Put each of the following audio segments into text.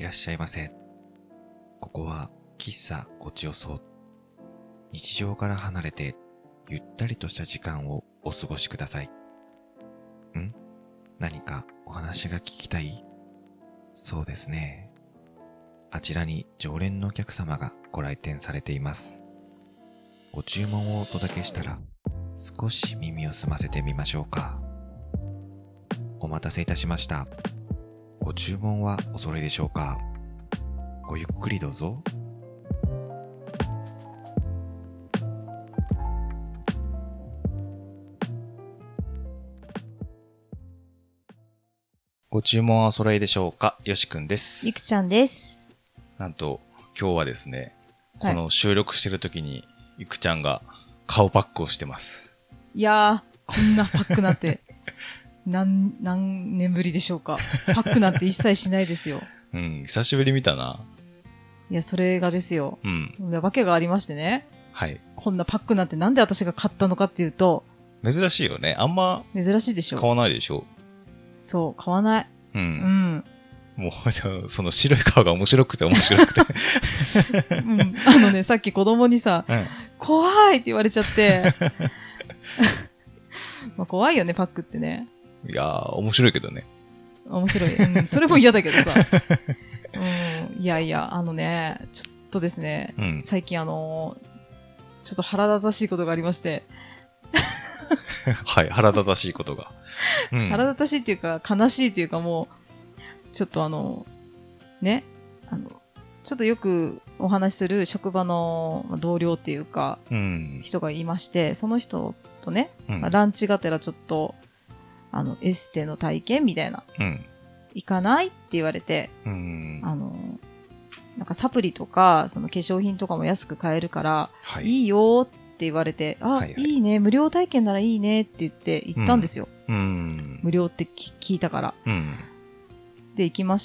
らっしゃいませ。ここは喫茶ごちよそ。日常から離れてゆったりとした時間をお過ごしください。何かお話が聞きたい？そうですね。あちらに常連のお客様がご来店されています。ご注文をお届けしたら少し耳を澄ませてみましょうか。お待たせいたしました。ご注文はお揃いでしょうか？ごゆっくりどうぞ。ご注文はお揃いでしょうか？よしくんです。 ゆくちゃんです。 なんと今日はですね、 はいこの収録してる時にゆくちゃんが顔パックをしてます。 いやー、こんなパックなんて、何年ぶりでしょうか。パックなんて一切しないですよ。 久しぶり見たな。 いや、それがですよ。 いわけがありましてね。 はい。 こんなパックなんてなんで私が買ったのかっていうと、 珍しいよね。あんま珍しいでしょ。 買わないでしょ。 そう、買わない。 もう、その白い顔が面白くて面白くて。 さっき子供にさ、怖いって言われちゃって。まあ怖いよね、パックってね。 いやー、面白いけどね。 面白い。それも嫌だけどさ。いやいや、ちょっとですね、最近ちょっと腹立たしいことがありまして。 はい、腹立たしいことが。 腹立たしいっていうか、悲しいっていうかもう、ちょっとね、ちょっとよくお話しする職場の同僚っていうか、人がいまして、その人とね、ランチがてらちょっと、エステの体験みたいな、行かないって言われて、なんかサプリとか、その化粧品とかも安く買えるから、いいよって言われて、いいね、無料体験ならいいねって言って行ったんですよ。無料って聞いたから。で、行きました。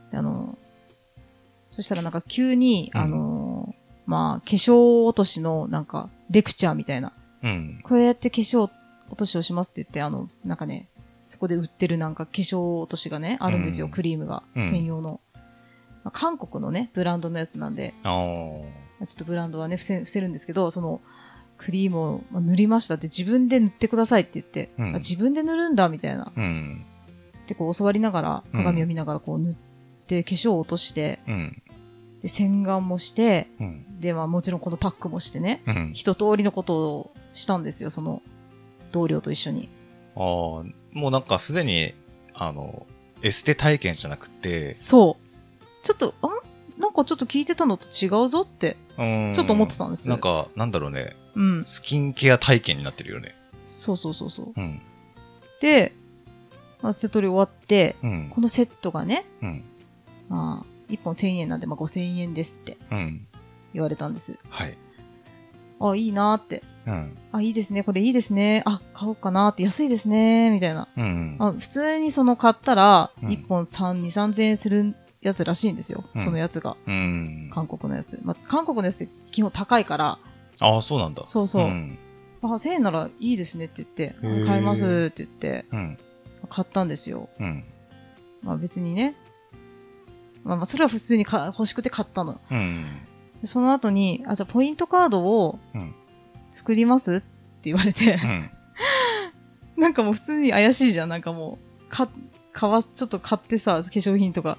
そしたらなんか急に、化粧落としのなんかレクチャーみたいな。こうやって化粧落としをしますって言って、なんかね、そこで売ってるなんか化粧落としがね、あるんですよ、クリームが。専用の。韓国のね、ブランドのやつなんで。ちょっとブランドはね、伏せるんですけど、その、クリームを塗りましたって自分で塗ってくださいって言って、自分で塗るんだみたいな。で、こう教わりながら、鏡を見ながらこう塗って化粧を落として、で、洗顔もして、で、もちろんこのパックもしてね、一通りのことをしたんですよ、その同僚と一緒に。 もうなんかすでに、エステ体験じゃなくて、 そう。ちょっと、なんかちょっと聞いてたのと違うぞって、ちょっと思ってたんです。 なんか、なんだろうね。スキンケア体験になってるよね。 そう。で、セットで終わって、このセットがね、1本1000円なんで、5000円ですって言われたんです。 はい。 いいなーって。いいですね、これいいですね。買おうかなーって、安いですねー、みたいな。普通にその買ったら、1本2、3000円するやつらしいんですよ。そのやつが。韓国のやつ。韓国のやつって基本高いから。 そうなんだ。 そう。1000円ならいいですねって言って、買いますって言って、買ったんですよ。別にね。それは普通に欲しくて買ったの。でその後に、じゃあポイントカードを作りますって言われて、なんかもう普通に怪しいじゃん。なんかもう、ちょっと買ってさ、化粧品とか。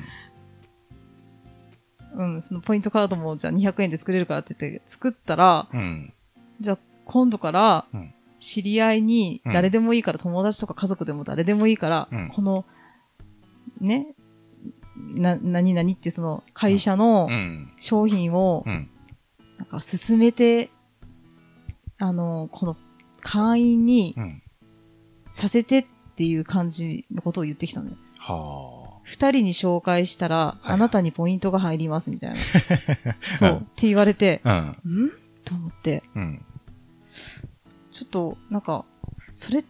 そのポイントカードもじゃあ200円で作れるからって言って作ったら、じゃあ今度から、知り合いに誰でもいいから、友達とか家族でも誰でもいいから、この、ね、何々ってその会社の商品を、なんか進めて、この会員にさせてっていう感じのことを言ってきたのよ。二人に紹介したら、あなたにポイントが入りますみたいな。そう。って言われて、と思って、ちょっと、なんか、それって、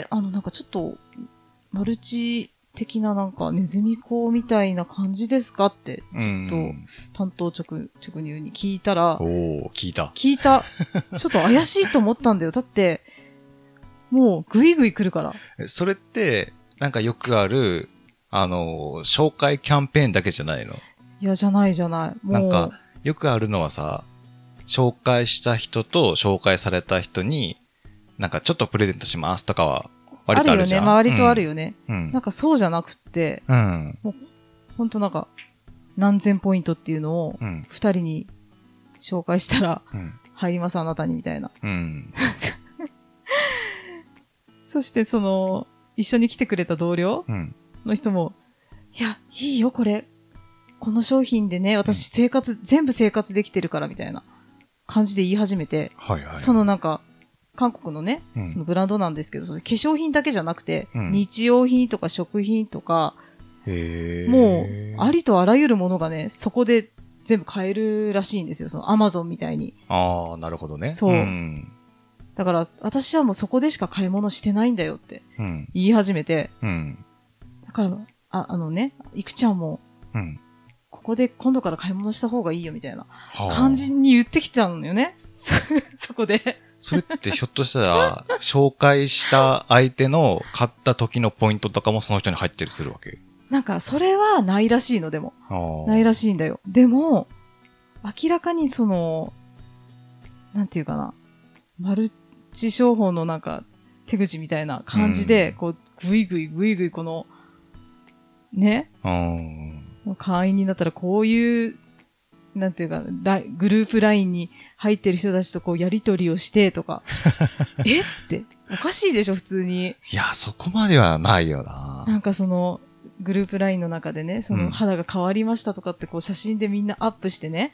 なんかちょっと、マルチ的ななんかネズミ講みたいな感じですかって、ちょっと、担当直入に聞いたら、 聞いた。 ちょっと怪しいと思ったんだよ。だって、もう、ぐいぐい来るから。 それって、なんかよくある、 紹介キャンペーンだけじゃないの？ いや、じゃない。もう。 なんか、よくあるのはさ、紹介した人と紹介された人に、なんかちょっとプレゼントしますとかは、割とあるじゃん。 あるよね。割とあるよね。 うん。 なんかそうじゃなくって、 うん。 もう、ほんとなんか、何千ポイントっていうのを、二人に紹介したら、入ります、あなたに、みたいな。 うん。 そして、一緒に来てくれた同僚の人も、いや、いいよ、これ。この商品でね、私全部生活できてるから、みたいな感じで言い始めて、 はいはい。 なんか、韓国のね、そのブランドなんですけど、その化粧品だけじゃなくて、 うん、 日用品とか食品とか、もう、ありとあらゆるものがね、そこで全部買えるらしいんですよ。そのアマゾンみたいに。 ああ、なるほどね。 そう。だから、私はもうそこでしか買い物してないんだよって言い始めて。だから、いくちゃんも、ここで今度から買い物した方がいいよみたいな感じに言ってきたのよね。そこで。 それってひょっとしたら、紹介した相手の買った時のポイントとかもその人に入ったりするわけ？ なんか、それはないらしいの、でも。ないらしいんだよ。でも、明らかになんていうかな、マルチ商法のなんか、手口みたいな感じで、こう、ぐいぐいこの、ね。会員になったらこういう、なんていうか、グループラインに入ってる人たちとこうやりとりをしてとか。えって、おかしいでしょ、普通に。 いや、そこまではないよな。 なんかグループラインの中でね、肌が変わりましたとかってこう写真でみんなアップしてね。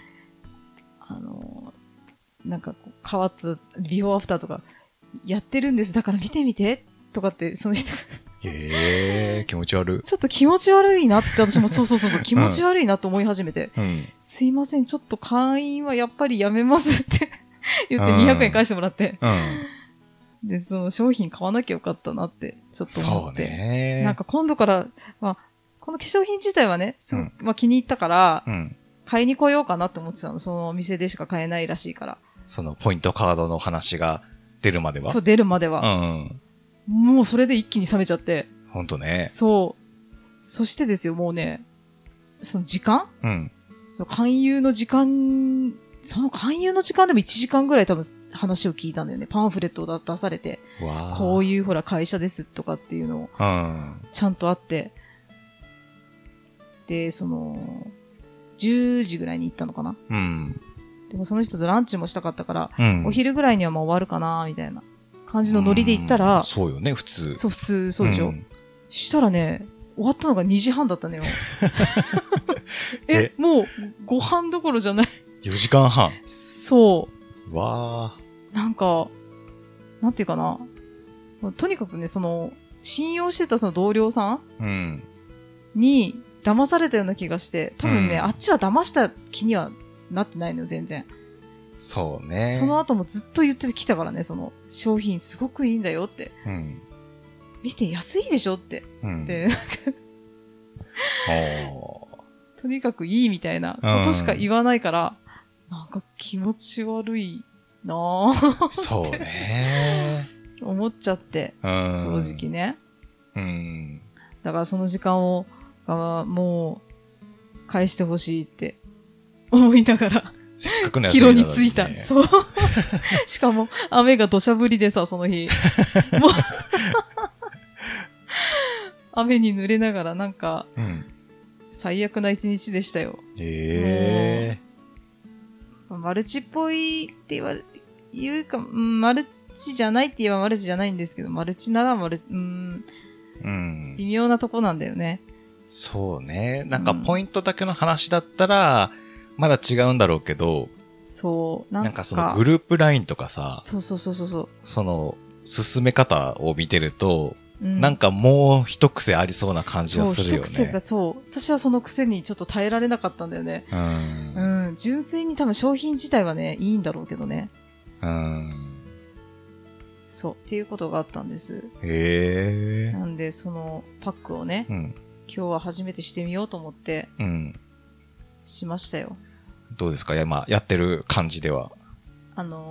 なんかこう変わったビフォーアフターとかやってるんです。だから見てみてとかってその人気持ち悪い。 ちょっと気持ち悪いなって私もそう気持ち悪いなと思い始めて、すいませんちょっと会員はやっぱりやめますって言って200円返してもらって、でその商品買わなきゃよかったなってちょっと思って、なんか今度から、まあ、この化粧品自体はね、まあ、気に入ったから、買いに来ようかなって思ってたの。そのお店でしか買えないらしいから。 そのポイントカードの話が出るまでは？ そう、出るまでは。もうそれで一気に冷めちゃって。 ほんとね。 そう。そしてですよ、もうね、その時間？その勧誘の時間でも1時間ぐらい多分話を聞いたんだよね。パンフレットを出されて。こういうほら会社ですとかっていうのを、ちゃんとあって。で、10時ぐらいに行ったのかな。でもその人とランチもしたかったから、お昼ぐらいにはもう終わるかな、みたいな感じのノリで行ったら、 そうよね、普通。 そう、普通、そうでしょ。したらね、終わったのが2時半だったのよ。もう、ご飯どころじゃない。 4時間半。 そう。 わー。なんか、なんていうかな。とにかくね、信用してたその同僚さんに騙されたような気がして、多分ね、あっちは騙した気にはなってないのよ、全然。 そうね。 その後もずっと言ってきたからね、商品すごくいいんだよって。見て安いでしょって。で、とにかくいいみたいなことしか言わないから、なんか気持ち悪いなぁ。 そうね。 思っちゃって、正直ね。だからその時間を、もう、返してほしいって思いながら、 せっかくの帰路に着いた。そう。しかも、雨が土砂降りでさ、その日。もう雨に濡れながら、なんか、最悪な一日でしたよ。マルチっぽいって言うか、マルチじゃないって言えばマルチじゃないんですけど、マルチなら微妙なとこなんだよね。 そうね。なんかポイントだけの話だったら、まだ違うんだろうけど、 そう。 なんかそのグループラインとかさ、 そう。 その、進め方を見てると、なんかもう一癖ありそうな感じがするよね。 そう、一癖が、そう。私はその癖にちょっと耐えられなかったんだよね。純粋に多分商品自体はね、いいんだろうけどね。そう。っていうことがあったんです。なんで、そのパックをね、今日は初めてしてみようと思って、しましたよ。 どうですか？やってる感じでは。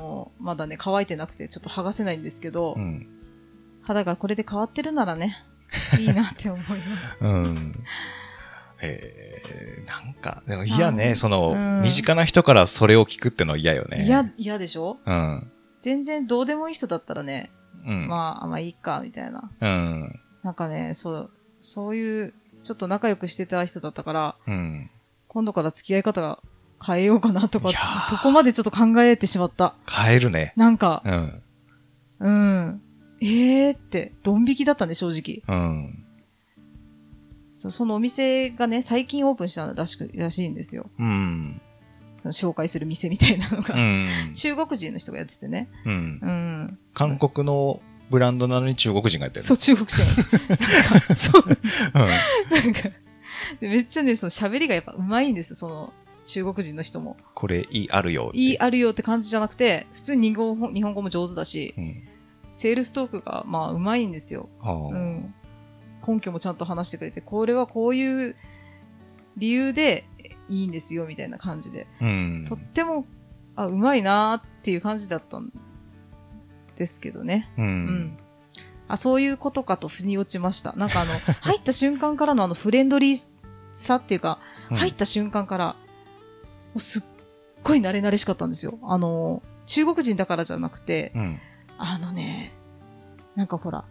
まだね、乾いてなくてちょっと剥がせないんですけど、肌がこれで変わってるならね、 いいなって思います。 うん。なんか、でも嫌ね、身近な人からそれを聞くってのは嫌よね。 嫌でしょ？ うん。 全然どうでもいい人だったらね、 うん。 まあいいか、みたいな。 うん。 なんかね、そういう、ちょっと仲良くしてた人だったから、 うん。 今度から付き合い方が変えようかなとか、そこまでちょっと考えてしまった。 変えるね。 なんか、 うん。 って、ドン引きだったね、正直。 うん。 そのお店がね、最近オープンしたらしいんですよ。 うん。 その紹介する店みたいなのが、 うん、 中国人の人がやっててね。 うん。うん。韓国のブランドなのに中国人がやってる。 そう、中国人。なんか、そう。うん、なんか、めっちゃね、喋りがやっぱ上手いんですよ、その、中国人の人も。 これ、あるよ。 あるよって感じじゃなくて、普通に日本語も上手だし、セールストークが、まあ、上手いんですよ。根拠もちゃんと話してくれて、これはこういう理由でいいんですよ、みたいな感じで。とっても、上手いなーっていう感じだったんですけどね。そういうことかと腑に落ちました。なんか入った瞬間からのフレンドリーさっていうか、入った瞬間から、もうすっごい慣れ慣れしかったんですよ。中国人だからじゃなくて、なんかほら、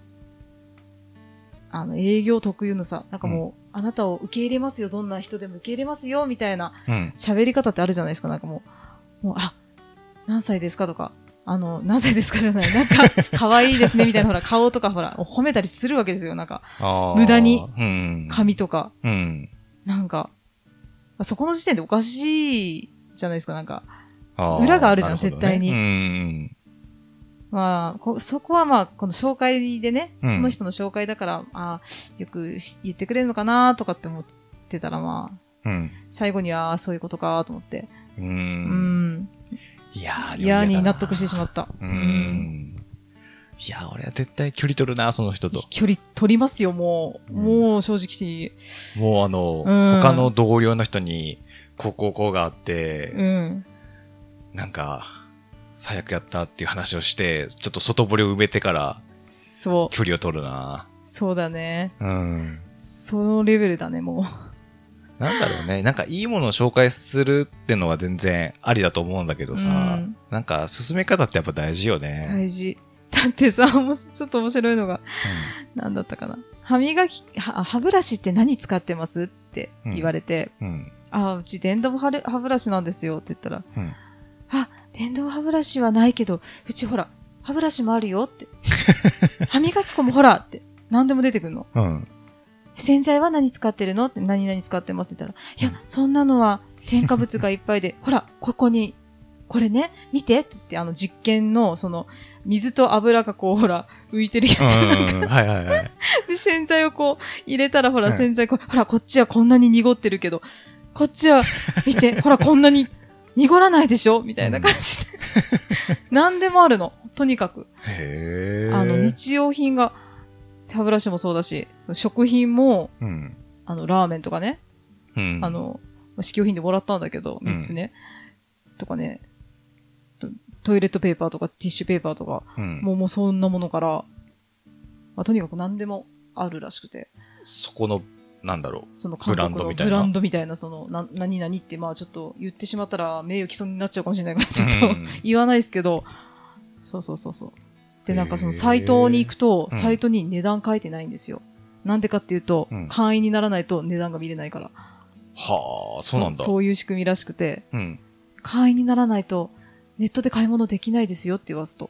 営業特有のさ、なんかもう、あなたを受け入れますよ、どんな人でも受け入れますよ、みたいな、喋り方ってあるじゃないですか、なんかもう、何歳ですかとか、なぜですかじゃない、なんか、可愛いですね、みたいな、ほら、顔とか、ほら、褒めたりするわけですよ、なんか、無駄に、髪とか、なんか、そこの時点でおかしいじゃないですか、なんか、裏があるじゃん、絶対に。まあ、そこはまあ、この紹介でね、その人の紹介だから、よく言ってくれるのかなとかって思ってたら、まあ、最後にはそういうことかと思って。嫌に納得してしまった。 いや、俺は絶対距離取るな、その人と。 距離取りますよ、もう。もう正直。 もう他の同僚の人に、こうがあって、なんか、最悪やったっていう話をして、ちょっと外堀を埋めてから、距離を取るな。 そうだね。そのレベルだね、もう。なんだろうね。なんかいいものを紹介するってのは全然ありだと思うんだけどさ、なんか進め方ってやっぱ大事よね。 大事。だってさ、ちょっと面白いのが、なんだったかな。歯ブラシって何使ってますって言われて、うち電動歯ブラシなんですよって言ったら、電動歯ブラシはないけど、うちほら、歯ブラシもあるよって。歯磨き粉もほらって。何でも出てくるの。洗剤は何使ってるのって、何々使ってますって言ったら、いや、そんなのは添加物がいっぱいで、ほら、ここに、これね、見てって言って、実験の、水と油がこう、ほら、浮いてるやつ。で、洗剤をこう、入れたら、ほら、洗剤ほら、こっちはこんなに濁ってるけど、こっちは、見て、ほら、こんなに、濁らないでしょみたいな感じで。何でもあるの。とにかく。日用品が、歯ブラシもそうだし、食品も、ラーメンとかね。試供品でもらったんだけど、3つね。とかね、トイレットペーパーとかティッシュペーパーとか、もうそんなものから、とにかく何でもあるらしくて。 そこの、なんだろう。 その韓国のブランドみたいな、何々って、まあちょっと言ってしまったら名誉毀損になっちゃうかもしれないから、ちょっと言わないですけど、そう。で、なんかサイトに行くと、サイトに値段書いてないんですよ。なんでかっていうと、会員にならないと値段が見れないから。 はあ、そうなんだ。 そういう仕組みらしくて、会員にならないと、ネットで買い物できないですよって言わすと。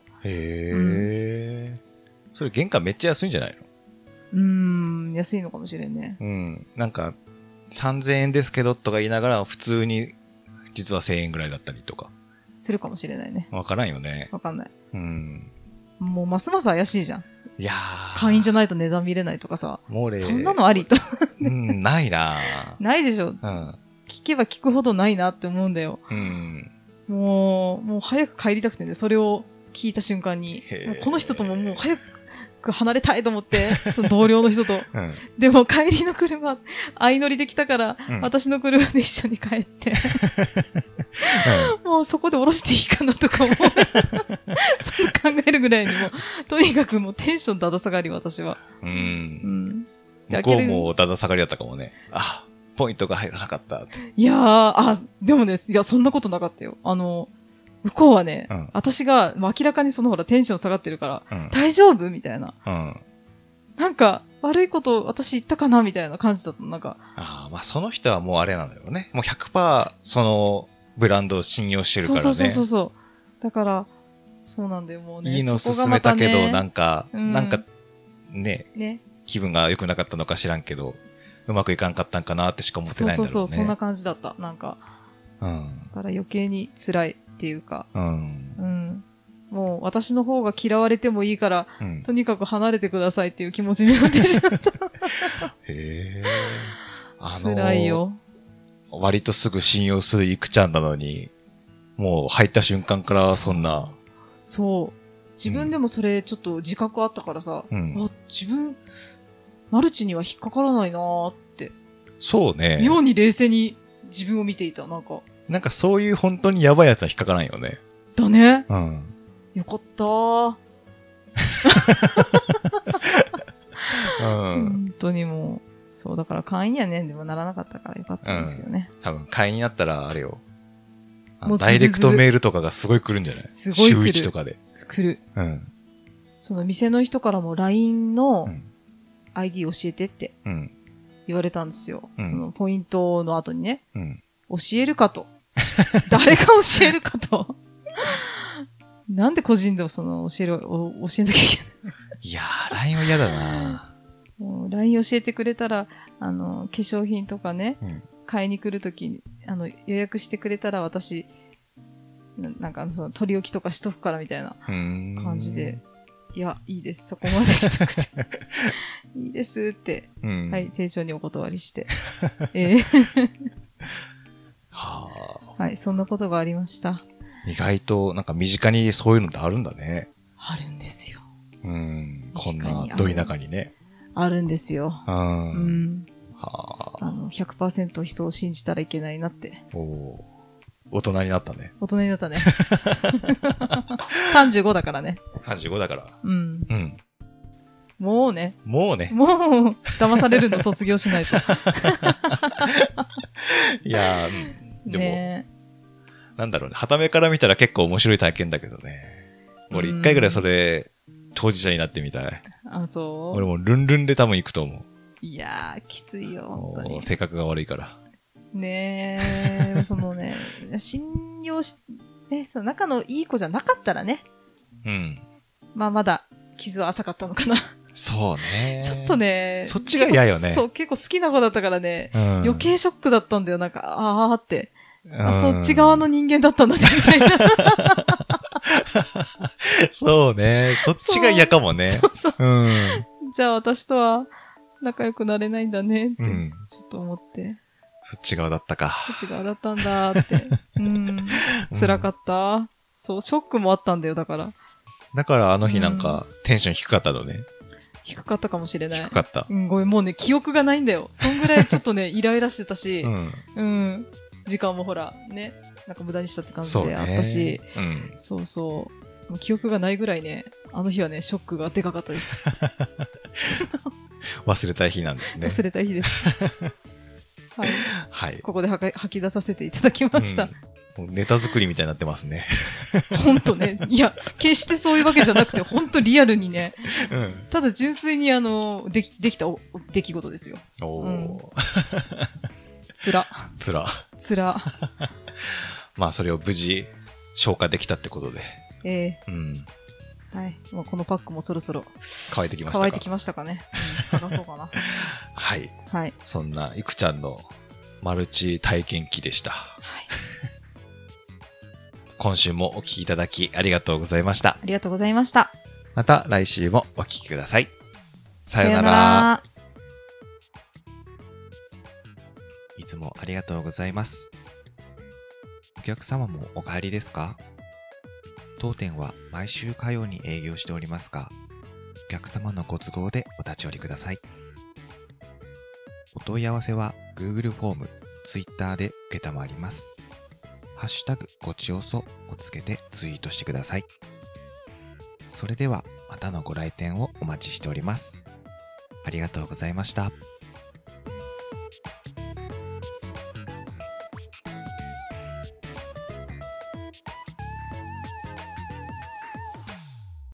それ原価めっちゃ安いんじゃないの？ 安いのかもしれんね。 なんか、3000円ですけどとか言いながら、普通に、実は1000円ぐらいだったりとか。 するかもしれないね。 わからんよね。 わかんない。もう、ますます怪しいじゃん。 いやー。会員じゃないと値段見れないとかさ。 もうそんなのありと。 ないなないでしょ。聞けば聞くほどないなって思うんだよ。もう早く帰りたくてね、それを聞いた瞬間に、この人とももう早くく離れたいと思って、その同僚の人と。 うん、 でも帰りの車、相乗りで来たから、 うん、 私の車で一緒に帰って、うん、もうそこで降ろしていいかなとかも、そう考えるぐらいにも、とにかくもうテンションだだ下がり、私は。 うん。向こうもだだ下がりだったかもね。あ、ポイントが入らなかったって。 いやー、でもね、いや、そんなことなかったよ。向こうはね、私が、明らかにそのほらテンション下がってるから、大丈夫みたいな。なんか、悪いこと私言ったかなみたいな感じだった。なんか。 ああ、まあその人はもうあれなのよね。もう 100% そのブランドを信用してるからね。 そう。だから、そうなんだよ、もうね。 いいの勧めたけど、なんか、ね、気分が良くなかったのか知らんけど、うまくいかんかったんかなってしか思ってないんだろうね。 そう、そんな感じだった。なんか。だから余計に辛いっていうか。もう私の方が嫌われてもいいから、とにかく離れてくださいっていう気持ちになってしまった。 へー。辛いよ。 割とすぐ信用するいくちゃんなのに、もう入った瞬間からそんな。 そう。自分でもそれちょっと自覚あったからさ、自分、マルチには引っかからないなーって。 そうね。 妙に冷静に自分を見ていた、なんか。 なんかそういう本当にやばいやつは引っかからんよね。 だね。よかったー。本当にもう、そう、だから会員にはね、でもならなかったからよかったんですけどね。 多分会員になったらあれよ。ダイレクトメールとかがすごい来るんじゃない？ すごい来る。 週1とかで。 来る。その店の人からも LINE の ID 教えてって言われたんですよ。そのポイントの後にね。教えるかと。誰が教えるかと。なんで個人でもその教えなきゃいけない。 いやー、LINE は嫌だな。 LINE 教えてくれたら、化粧品とかね、買いに来るときに、予約してくれたら私、なんかその取り置きとかしとくからみたいな感じで、いや、いいです、そこまでしたくて。いいですって、はい、丁重にお断りして。はい、そんなことがありました。 意外と、なんか身近にそういうのってあるんだね。 あるんですよ。 こんな、ど田舎にね。 あるんですよ。100% 人を信じたらいけないなって。 大人になったね。 大人になったね。35だからね。 35だから。 もうね。 もう、 騙されるの卒業しないと。 いやー、でも、なんだろうね。傍目から見たら結構面白い体験だけどね。俺一回ぐらいそれ、当事者になってみたい。 あ、そう。 俺もルンルンで多分行くと思う。 いやー、きついよ、本当に。 性格が悪いから。 ねえ、そのね、信用し、ね、その仲のいい子じゃなかったらね。まあまだ、傷は浅かったのかな。 そうね。 ちょっとね。 そっちが嫌よね。 そう、結構好きな子だったからね。余計ショックだったんだよ、なんか、あーって。そっち側の人間だったんだね、みたいな。 そうね。そっちが嫌かもね。 そう。じゃあ私とは仲良くなれないんだねって、ちょっと思って。 そっち側だったか。 そっち側だったんだって。辛かった。そう、ショックもあったんだよ、だから。 だからあの日なんか、テンション低かったのね。 低かったかもしれない。 低かった。 ごめん、もうね、記憶がないんだよ。そんぐらいちょっとね、イライラしてたし、時間もほら、ね、なんか無駄にしたって感じであったし、そうそう。もう記憶がないぐらいね、あの日はね、ショックがでかかったです。 忘れたい日なんですね。 忘れたい日です。はい。ここで吐き出させていただきました。 もうネタ作りみたいになってますね。 ほんとね。いや、決してそういうわけじゃなくて、ほんとリアルにね。ただ純粋にできた出来事ですよ。つら。 まあ、それを無事消化できたってことで。 はい。まあ、このパックもそろそろ乾いてきましたか。 乾いてきましたかね。剥がそうかな。 はい。そんないくちゃんのマルチ体験記でした。今週もお聞きいただきありがとうございました。 ありがとうございました。 また来週もお聞きください。さよなら。いつもありがとうございます。お客様もお帰りですか？当店は毎週火曜に営業しておりますが、 客様のご都合でお立ち寄りください。お問い合わせは Google フォーム、Twitter で受けたまります。ハッシュタグごちおそをつけてツイートしてください。それではまたのご来店をお待ちしております。ありがとうございました。